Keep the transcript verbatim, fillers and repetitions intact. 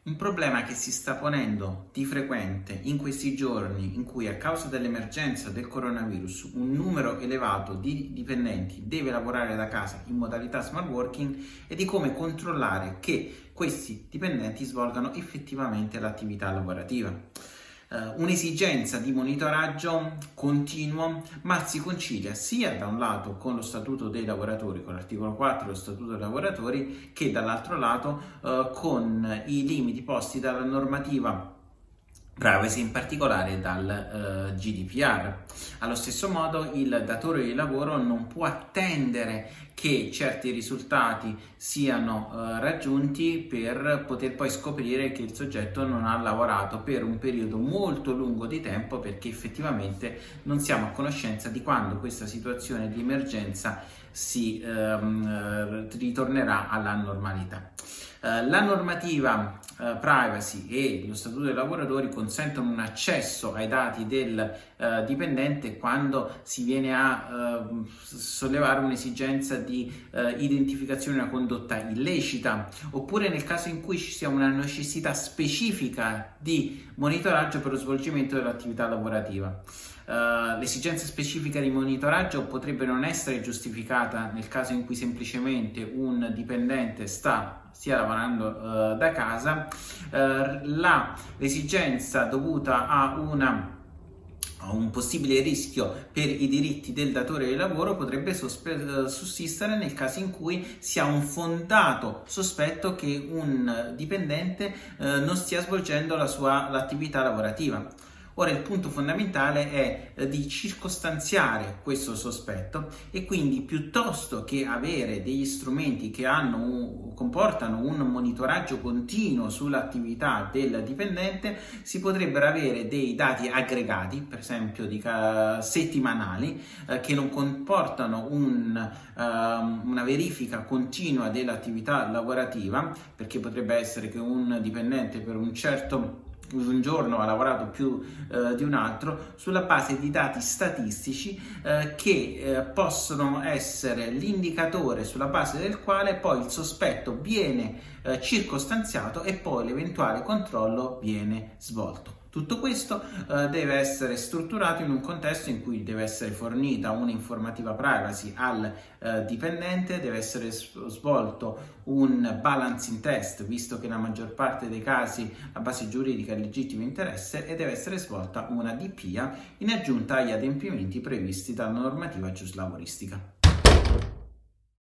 Un problema che si sta ponendo di frequente in questi giorni in cui a causa dell'emergenza del coronavirus un numero elevato di dipendenti deve lavorare da casa in modalità smart working è di come controllare che questi dipendenti svolgano effettivamente l'attività lavorativa. Uh, un'esigenza di monitoraggio continuo, ma si concilia sia da un lato con lo Statuto dei lavoratori, con l'articolo quattro dello Statuto dei lavoratori, che dall'altro lato uh, con i limiti posti dalla normativa privacy, in particolare dal uh, G D P R. Allo stesso modo il datore di lavoro non può attendere che certi risultati siano uh, raggiunti per poter poi scoprire che il soggetto non ha lavorato per un periodo molto lungo di tempo, perché effettivamente non siamo a conoscenza di quando questa situazione di emergenza si um, ritornerà alla normalità. Uh, la normativa uh, privacy e lo Statuto dei lavoratori consentono un accesso ai dati del uh, dipendente quando si viene a uh, sollevare un'esigenza di uh, identificazione di una condotta illecita, oppure nel caso in cui ci sia una necessità specifica di monitoraggio per lo svolgimento dell'attività lavorativa. Uh, l'esigenza specifica di monitoraggio potrebbe non essere giustificata nel caso in cui semplicemente un dipendente sta stia lavorando uh, da casa. Uh, la, l'esigenza dovuta a una a un possibile rischio per i diritti del datore di lavoro potrebbe sospe- sussistere nel caso in cui si ha un fondato sospetto che un dipendente uh, non stia svolgendo la sua l'attività lavorativa. Ora il punto fondamentale è eh, di circostanziare questo sospetto, e quindi piuttosto che avere degli strumenti che hanno un, comportano un monitoraggio continuo sull'attività del dipendente, si potrebbero avere dei dati aggregati, per esempio di uh, settimanali, uh, che non comportano un, uh, una verifica continua dell'attività lavorativa, perché potrebbe essere che un dipendente per un certo un giorno ha lavorato più eh, di un altro, sulla base di dati statistici eh, che eh, possono essere l'indicatore sulla base del quale poi il sospetto viene eh, circostanziato e poi l'eventuale controllo viene svolto. Tutto questo eh, deve essere strutturato in un contesto in cui deve essere fornita un'informativa privacy al eh, dipendente, deve essere svolto un balancing test, visto che nella maggior parte dei casi la base giuridica è il legittimo interesse, e deve essere svolta una D P I A in aggiunta agli adempimenti previsti dalla normativa giuslavoristica.